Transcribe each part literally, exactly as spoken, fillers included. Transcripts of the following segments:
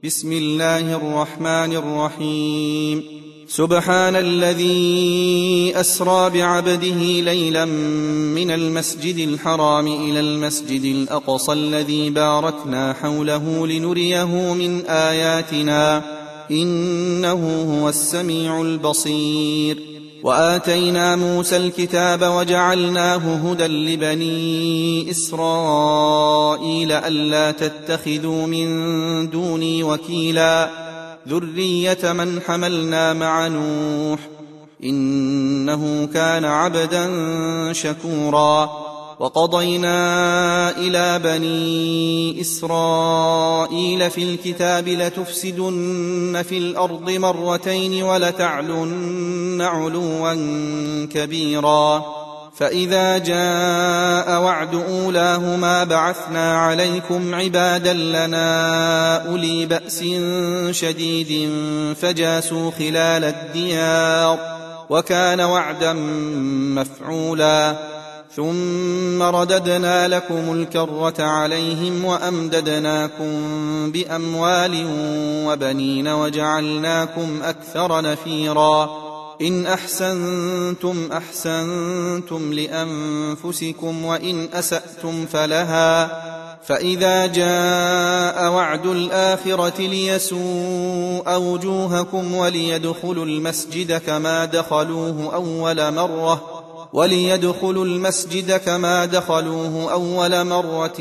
بسم الله الرحمن الرحيم. سبحان الذي أسرى بعبده ليلا من المسجد الحرام إلى المسجد الأقصى الذي باركنا حوله لنريه من آياتنا إنه هو السميع البصير. وآتينا موسى الكتاب وجعلناه هدى لبني إسرائيل ألا تتخذوا من دوني وكيلا ذرية من حملنا مع نوح إنه كان عبدا شكورا. وقضينا إلى بني إسرائيل في الكتاب لتفسدن في الأرض مرتين ولتعلن علوا كبيرا. فإذا جاء وعد أولاهما بعثنا عليكم عبادا لنا أولي بأس شديد فجاسوا خلال الديار وكان وعدا مفعولا. ثم رددنا لكم الكرة عليهم وأمددناكم بأموال وبنين وجعلناكم أكثر نفيرا. إن أحسنتم أحسنتم لأنفسكم وإن أسأتم فلها. فإذا جاء وعد الآخرة ليسوء وجوهكم وليدخلوا المسجد كما دخلوه أول مرة وليدخلوا المسجد كما دخلوه أول مرة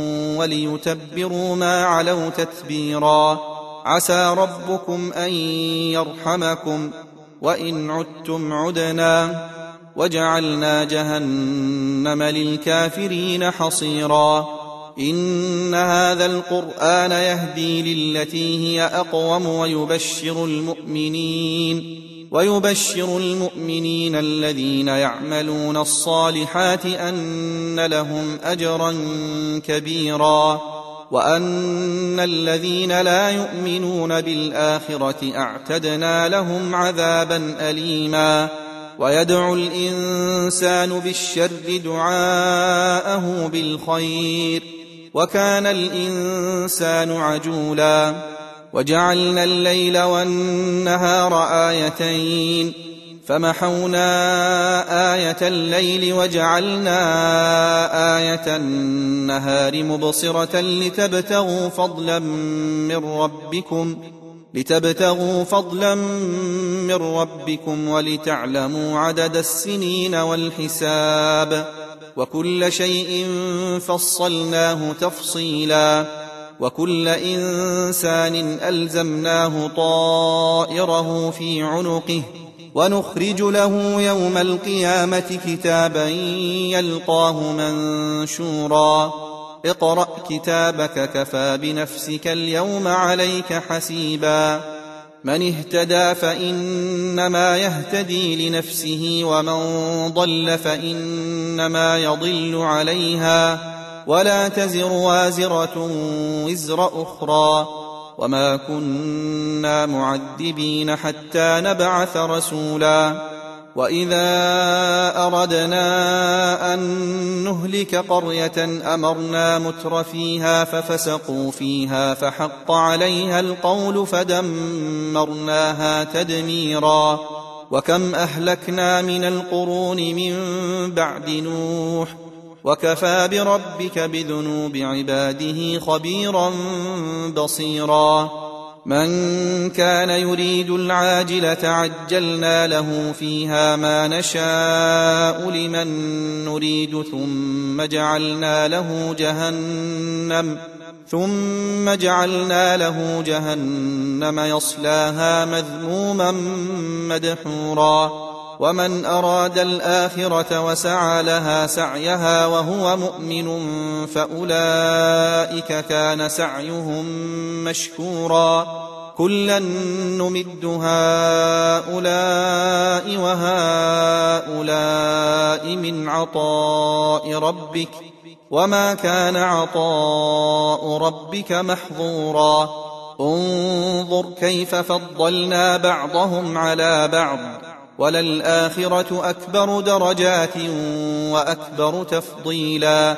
وليتبروا ما علوا تتبيرا. عسى ربكم أن يرحمكم وإن عدتم عدنا وجعلنا جهنم للكافرين حصيرا. إن هذا القرآن يهدي للتي هي أقوم ويبشر المؤمنين ويبشر المؤمنين الذين يعملون الصالحات أن لهم أجرا كبيرا وأن الذين لا يؤمنون بالآخرة أعتدنا لهم عذابا أليما. ويدعو الإنسان بالشر دعاءه بالخير وكان الإنسان عجولا. وجعلنا الليل والنهار آيتين فمحونا آية الليل وجعلنا آية النهار مبصرة لتبتغوا فضلا من ربكم لتبتغوا فضلا من ربكم ولتعلموا عدد السنين والحساب وكل شيء فصلناه تفصيلا. وكل إنسان ألزمناه طائره في عنقه ونخرج له يوم القيامة كتابا يلقاه منشورا. اقرأ كتابك كفى بنفسك اليوم عليك حسيبا. من اهتدى فإنما يهتدي لنفسه ومن ضل فإنما يضل عليها ولا تزر وازرة وزر أخرى وما كنا معذبين حتى نبعث رسولا. وإذا أردنا أن نهلك قرية أمرنا متر فيها ففسقوا فيها فحق عليها القول فدمرناها تدميرا. وكم أهلكنا من القرون من بعد نوح وكفى بربك بذنوب عباده خبيرا بصيرا. من كان يريد العاجلة عجلنا له فيها ما نشاء لمن نريد ثم جعلنا له جهنم ثم جعلنا له جهنم يصلاها مذموما مدحورا. ومن أراد الآخرة وسعى لها سعيها وهو مؤمن فأولئك كان سعيهم مشكورا. كلا نمد هؤلاء وهؤلاء من عطاء ربك وما كان عطاء ربك محظورا. انظر كيف فضلنا بعضهم على بعض وللآخرة أكبر درجات وأكبر تفضيلا.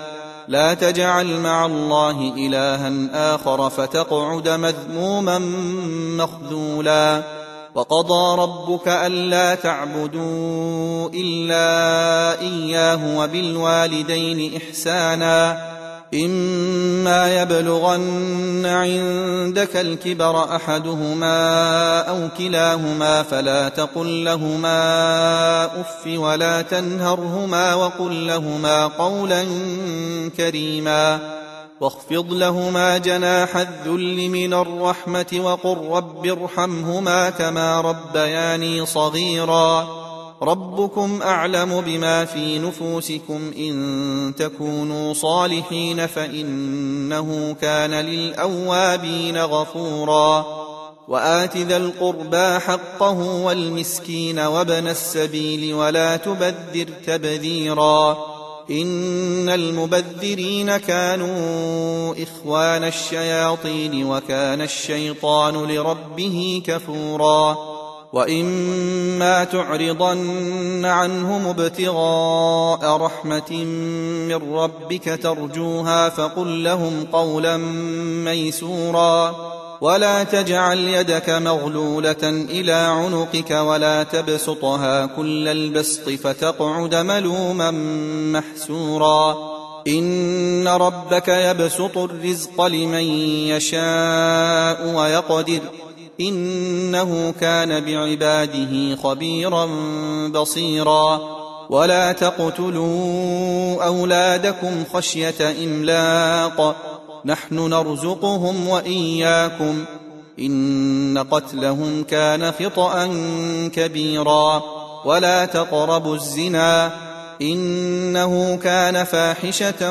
لا تجعل مع الله إلها آخر فتقعد مذموما مخذولا وقضى ربك ألا تعبدوا إلا إياه وبالوالدين إحسانا إما يبلغن عندك الكبر أحدهما أو كلاهما فلا تقل لهما أف ولا تنهرهما وقل لهما قولا كريما واخفض لهما جناح الذل من الرحمة وقل رب ارحمهما كما ربياني صغيرا ربكم أعلم بما في نفوسكم إن تكونوا صالحين فإنه كان للأوابين غفورا وآت ذا القربى حقه والمسكين وابن السبيل ولا تبذر تبذيرا إن المبذرين كانوا إخوان الشياطين وكان الشيطان لربه كفورا وإما تعرضن عنهم ابتغاء رحمة من ربك ترجوها فقل لهم قولا ميسورا ولا تجعل يدك مغلولة إلى عنقك ولا تبسطها كل البسط فتقعد ملوما محسورا إن ربك يبسط الرزق لمن يشاء ويقدر إنه كان بعباده خبيرا بصيرا ولا تقتلوا أولادكم خشية إملاق نحن نرزقهم وإياكم إن قتلهم كان خطأ كبيرا ولا تقربوا الزنا إنه كان فاحشة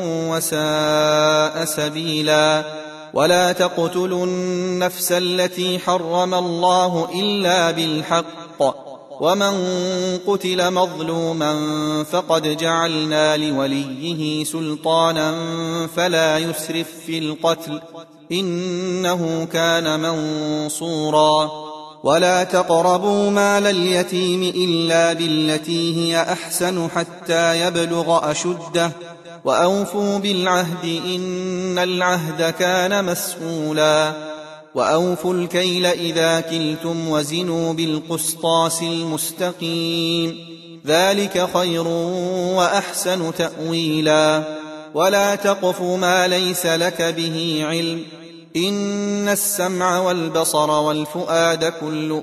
وساء سبيلا ولا تقتلوا النفس التي حرم الله إلا بالحق ومن قتل مظلوما فقد جعلنا لوليه سلطانا فلا يسرف في القتل إنه كان منصورا ولا تقربوا مال اليتيم إلا بالتي هي أحسن حتى يبلغ أشده وأوفوا بالعهد إن العهد كان مسؤولا وأوفوا الكيل إذا كلتم وزنوا بالقسطاس المستقيم ذلك خير وأحسن تأويلا ولا تقف ما ليس لك به علم إن السمع والبصر والفؤاد كل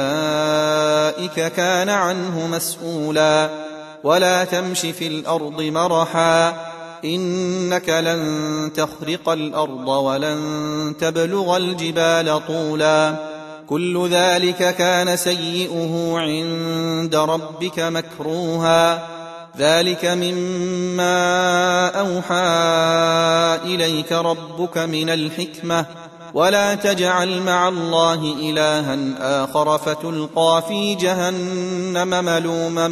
أولئك كان عنه مسؤولا ولا تمش في الأرض مرحا إنك لن تخرق الأرض ولن تبلغ الجبال طولا كل ذلك كان سيئه عند ربك مكروها ذلك مما أوحى إليك ربك من الحكمة ولا تجعل مع الله إلها آخر فتلقى في جهنم ملوما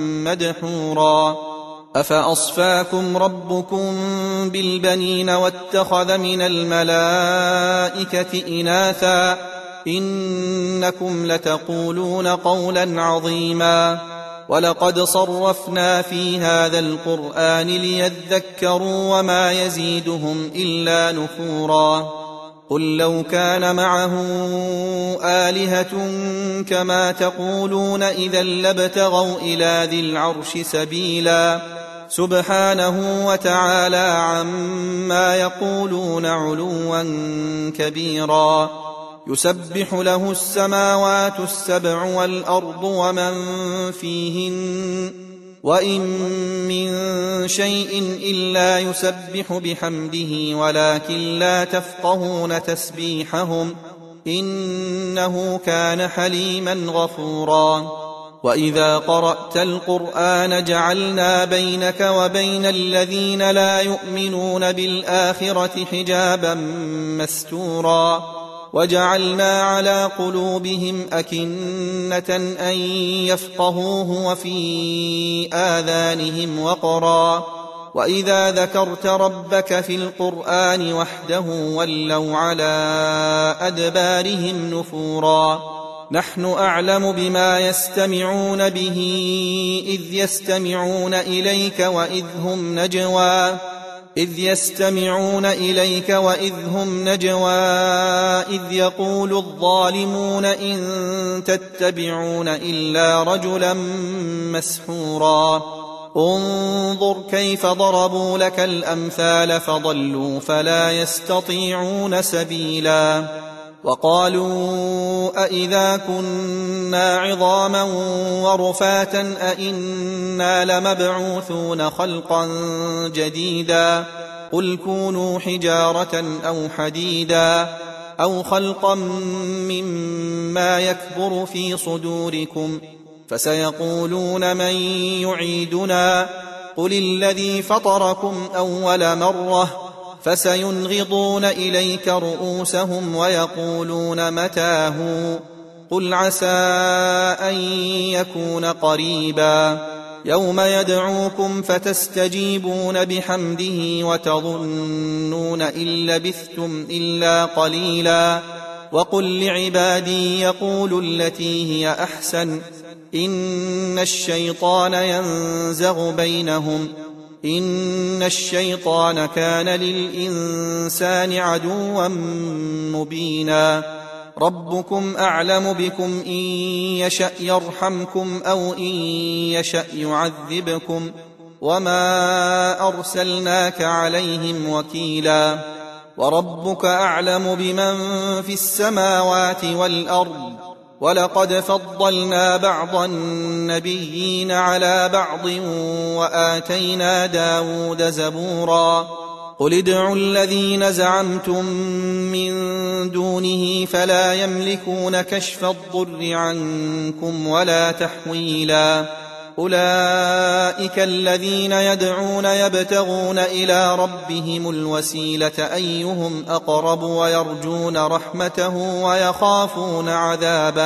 مدحورا أفأصفاكم ربكم بالبنين واتخذ من الملائكة إناثا إنكم لتقولون قولا عظيما ولقد صرفنا في هذا القرآن ليذكروا وما يزيدهم إلا نفورا قل لو كان معه آلهة كما تقولون إذا لابتغوا إلى ذي العرش سبيلا سبحانه وتعالى عما يقولون علوا كبيرا يسبح له السماوات السبع والأرض ومن فيهن وإن من شيء إلا يسبح بحمده ولكن لا تفقهون تسبيحهم إنه كان حليما غفورا وإذا قرأت القرآن جعلنا بينك وبين الذين لا يؤمنون بالآخرة حجابا مستورا وجعلنا على قلوبهم أكنة أن يفقهوه وفي آذانهم وقرا وإذا ذكرت ربك في القرآن وحده ولوا على أدبارهم نفورا نحن أعلم بما يستمعون به إذ يستمعون إليك وإذ هم نجوى إذ يستمعون إليك وإذ هم نجوى إذ يقول الظالمون إن تتبعون إلا رجلا مسحورا انظر كيف ضربوا لك الأمثال فضلوا فلا يستطيعون سبيلا وقالوا أئذا كنا عظاما ورفاتا أئنا لمبعوثون خلقا جديدا قل كونوا حجارة أو حديدا أو خلقا مما يكبر في صدوركم فسيقولون من يعيدنا قل الذي فطركم أول مرة فسينغضون إليك رؤوسهم ويقولون متى هو قل عسى أن يكون قريبا يوم يدعوكم فتستجيبون بحمده وتظنون إن لبثتم إلا قليلا وقل لعبادي يقولوا التي هي أحسن إن الشيطان ينزغ بينهم إن الشيطان كان للإنسان عدوا مبينا ربكم أعلم بكم إن يشأ يرحمكم أو إن يشأ يعذبكم وما أرسلناك عليهم وكيلا وربك أعلم بمن في السماوات والأرض ولقد فضلنا بعض النبيين على بعض وآتينا داود زبورا قل ادعوا الذين زعمتم من دونه فلا يملكون كشف الضر عنكم ولا تحويلا أولئك الذين يدعون يبتغون إلى ربهم الوسيلة أيهم أقرب ويرجون رحمته ويخافون عذابه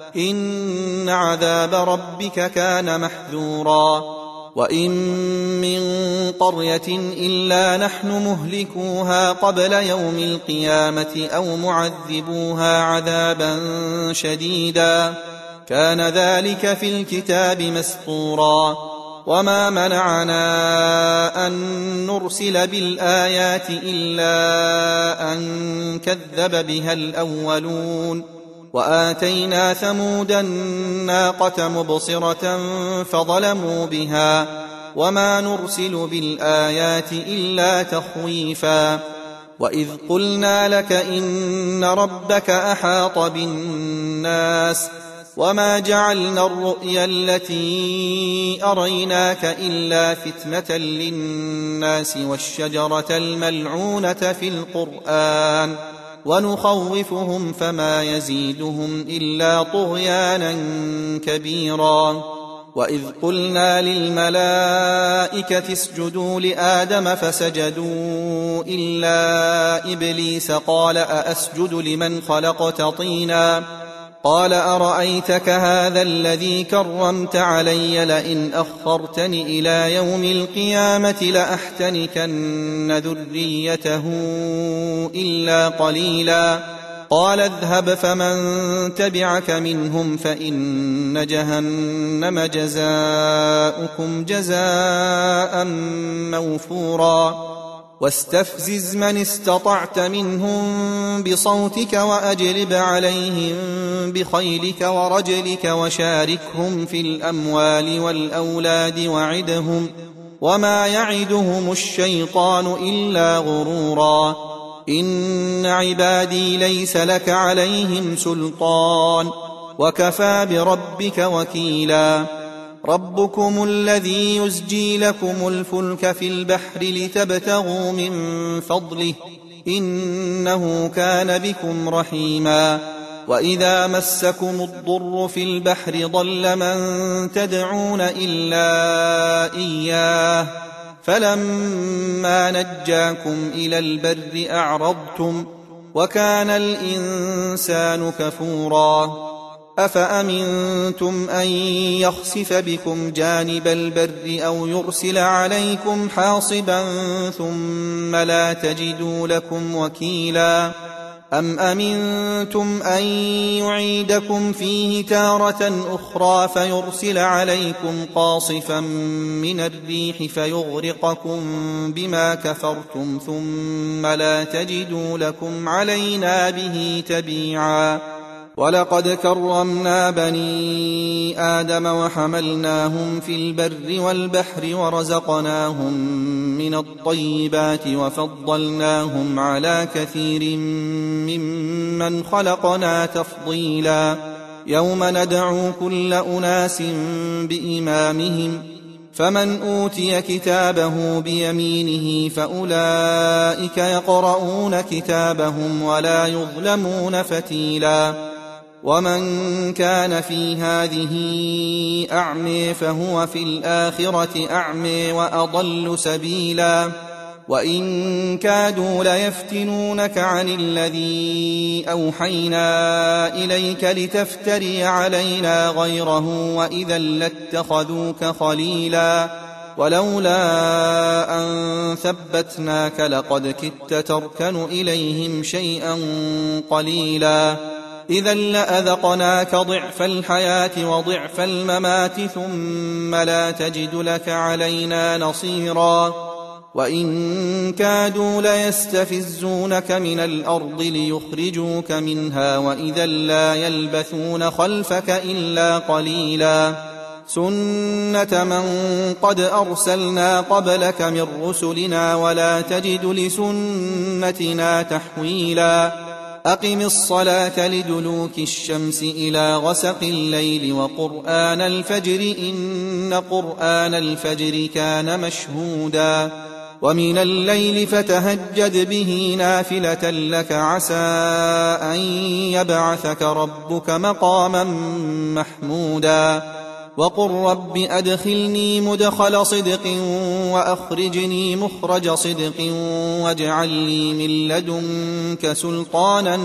إن عذاب ربك كان محذورا وإن من قرية إلا نحن مهلكوها قبل يوم القيامة أو معذبوها عذابا شديدا كان ذلك في الكتاب مسطورا وما منعنا أن نرسل بالآيات إلا أن كذب بها الأولون وآتينا ثمود الناقة مبصرة فظلموا بها وما نرسل بالآيات إلا تخويفا وإذ قلنا لك إن ربك أحاط بالناس وما جعلنا الرؤيا التي أريناك إلا فتنة للناس والشجرة الملعونة في القرآن ونخوفهم فما يزيدهم إلا طغيانا كبيرا وإذ قلنا للملائكة اسجدوا لآدم فسجدوا إلا إبليس قال أأسجد لمن خلقت طينا قال أرأيتك هذا الذي كرمت علي لئن أخرتني إلى يوم القيامة لأحتنكن ذريته إلا قليلا قال اذهب فمن تبعك منهم فإن جهنم جزاؤكم جزاء موفورا واستفزز من استطعت منهم بصوتك وأجلب عليهم بخيلك ورجلك وشاركهم في الأموال والأولاد وعدهم وما يعدهم الشيطان إلا غرورا إن عبادي ليس لك عليهم سلطان وكفى بربك وكيلا ربكم الذي يزجي لكم الفلك في البحر لتبتغوا من فضله إنه كان بكم رحيما وإذا مسكم الضر في البحر ضل من تدعون إلا إياه فلما نجاكم إلى البر أعرضتم وكان الإنسان كفورا أفأمنتم أن يخسف بكم جانب البر أو يرسل عليكم حاصبا ثم لا تجدوا لكم وكيلا أم أمنتم أن يعيدكم فيه تارة أخرى فيرسل عليكم قاصفا من الريح فيغرقكم بما كفرتم ثم لا تجدوا لكم علينا به تبيعا ولقد كرمنا بني آدم وحملناهم في البر والبحر ورزقناهم من الطيبات وفضلناهم على كثير ممن خلقنا تفضيلا يوم ندعو كل أناس بإمامهم فمن أوتي كتابه بيمينه فأولئك يقرؤون كتابهم ولا يظلمون فتيلا ومن كان في هذه أعمي فهو في الآخرة أعمي وأضل سبيلا وإن كادوا ليفتنونك عن الذي أوحينا إليك لتفتري علينا غيره وإذا لاتخذوك خليلا ولولا أن ثبتناك لقد كدت تركن إليهم شيئا قليلا إذا لأذقناك ضعف الحياة وضعف الممات ثم لا تجد لك علينا نصيرا وإن كادوا ليستفزونك من الأرض ليخرجوك منها وإذا لا يلبثون خلفك إلا قليلا سنة من قد أرسلنا قبلك من رسلنا ولا تجد لسنتنا تحويلا أقم الصلاة لدلوك الشمس إلى غسق الليل وقرآن الفجر إن قرآن الفجر كان مشهودا ومن الليل فتهجد به نافلة لك عسى أن يبعثك ربك مقاما محمودا وقل رب أدخلني مدخل صدق وأخرجني مخرج صدق واجعل لي من لدنك سلطانا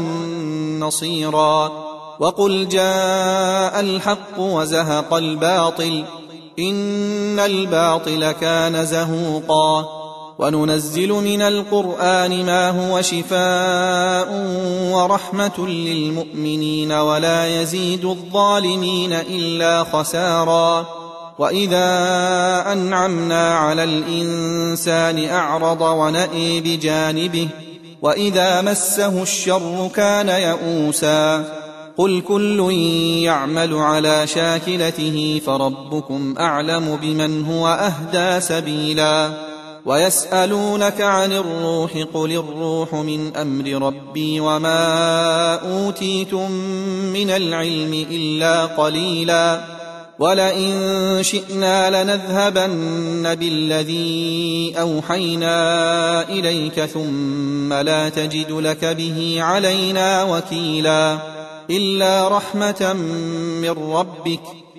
نصيرا وقل جاء الحق وزهق الباطل إن الباطل كان زهوقا وننزل من القرآن ما هو شفاء ورحمة للمؤمنين ولا يزيد الظالمين إلا خسارا وإذا أنعمنا على الإنسان أعرض ونأي بجانبه وإذا مسه الشر كان يئوسا قل كل يعمل على شاكلته فربكم أعلم بمن هو أهدى سبيلا ويسألونك عن الروح قل الروح من أمر ربي وما أوتيتم من العلم إلا قليلا ولئن شئنا لنذهبن بالذي أوحينا إليك ثم لا تجد لك به علينا وكيلا إلا رحمة من ربك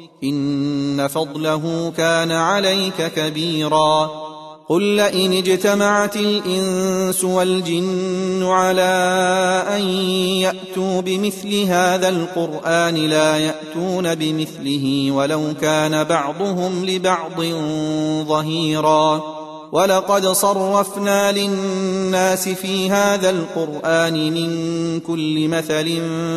إن فضله كان عليك كبيرا قل لئن اجتمعت الإنس والجن على أن يأتوا بمثل هذا القرآن لا يأتون بمثله ولو كان بعضهم لبعض ظهيرا ولقد صرفنا للناس في هذا القرآن من كل مثل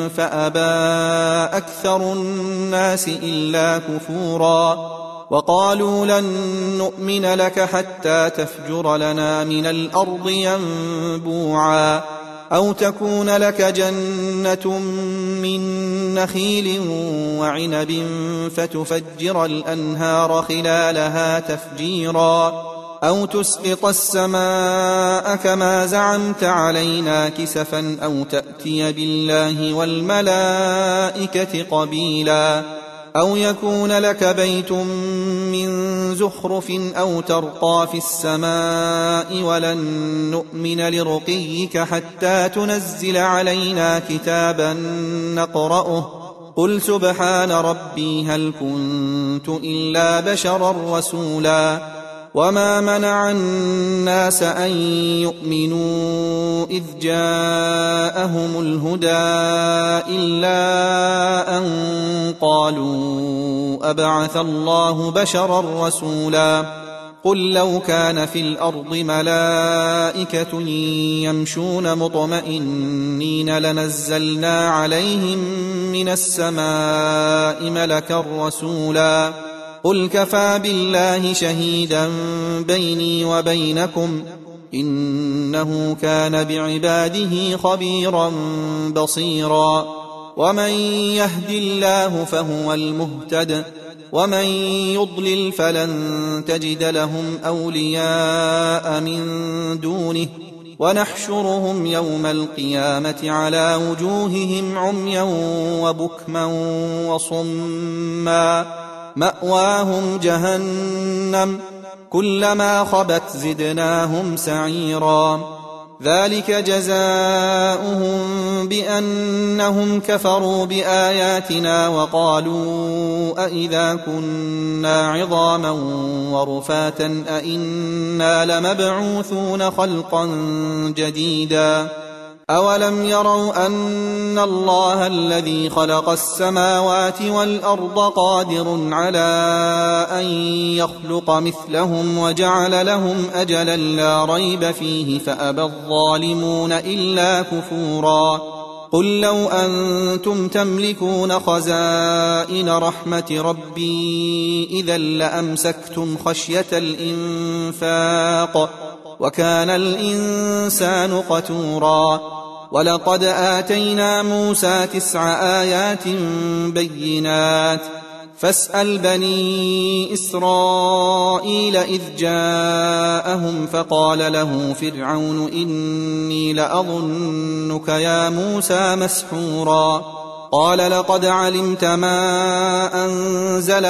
فأبى أكثر الناس إلا كفورا وقالوا لن نؤمن لك حتى تفجر لنا من الأرض ينبوعا أو تكون لك جنة من نخيل وعنب فتفجر الأنهار خلالها تفجيرا أو تسقط السماء كما زعمت علينا كسفا أو تأتي بالله والملائكة قبيلا أو يكون لك بيت من زخرف أو ترقى في السماء ولن نؤمن لرقيك حتى تنزل علينا كتابا نقرأه قل سبحان ربي هل كنت إلا بشرا رسولا وما منع الناس أن يؤمنوا إذ جاءهم الهدى إلا أن قالوا أبعث الله بشرا رسولا قل لو كان في الأرض ملائكة يمشون مطمئنين لنزلنا عليهم من السماء ملكا رسولا قل كفى بالله شهيدا بيني وبينكم إنه كان بعباده خبيرا بصيرا ومن يهد الله فهو المهتد ومن يضلل فلن تجد لهم أولياء من دونه ونحشرهم يوم القيامة على وجوههم عميا وبكما وصما مأواهم جهنم كلما خبت زدناهم سعيرا ذلك جزاؤهم بأنهم كفروا بآياتنا وقالوا أئذا كنا عظاما ورفاتا أئنا لمبعوثون خلقا جديدا أولم يروا أن الله الذي خلق السماوات والأرض قادر على أن يخلق مثلهم وجعل لهم أجلا لا ريب فيه فأبى الظالمون إلا كفورا قل لو أنتم تملكون خزائن رحمة ربي إذا لأمسكتم خشية الإنفاق وكان الإنسان قتورا ولقد آتينا موسى تسع آيات بينات فاسأل بني إسرائيل إذ جاءهم فقال له فرعون إني لأظنك يا موسى مسحورا قال لقد علمت ما أنزل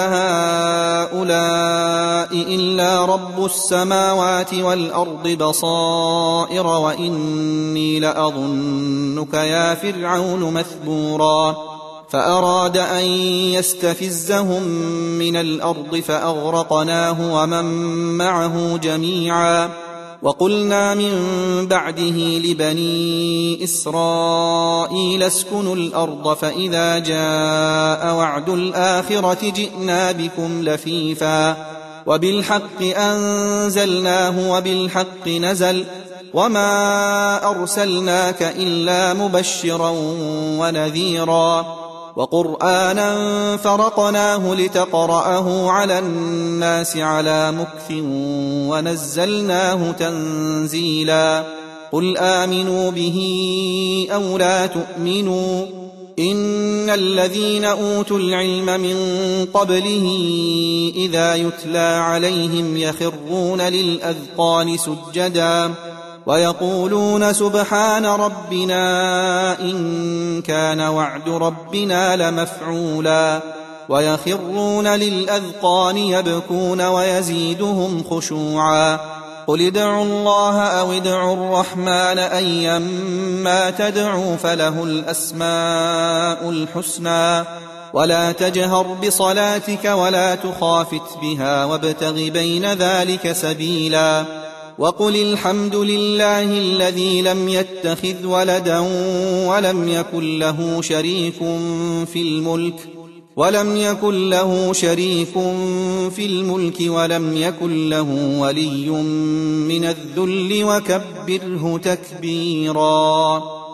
هؤلاء إلا رب السماوات والأرض بصائر وإني لأظنك يا فرعون مثبورا فأراد أن يستفزهم من الأرض فأغرقناه ومن معه جميعا وقلنا من بعده لبني إسرائيل اسكنوا الأرض فإذا جاء وعد الآخرة جئنا بكم لفيفا وبالحق أنزلناه وبالحق نزل وما أرسلناك إلا مبشرا ونذيرا وقرآنا فرقناه لتقرأه على الناس على مكث ونزلناه تنزيلا قل آمنوا به أو لا تؤمنوا إن الذين أوتوا العلم من قبله إذا يتلى عليهم يخرون للأذقان سجدا ويقولون سبحان ربنا إن كان وعد ربنا لمفعولا ويخرون للأذقان يبكون ويزيدهم خشوعا قل ادعوا الله أو ادعوا الرحمن أيما تدعوا فله الأسماء الحسنى ولا تجهر بصلاتك ولا تخافت بها وابتغ بين ذلك سبيلا وقل الحمد لله الذي لم يتخذ ولدا ولم يكن له شريك في الملك ولم يكن له شريك في الملك ولم يكن له ولي من الذل وكبره تكبيرا.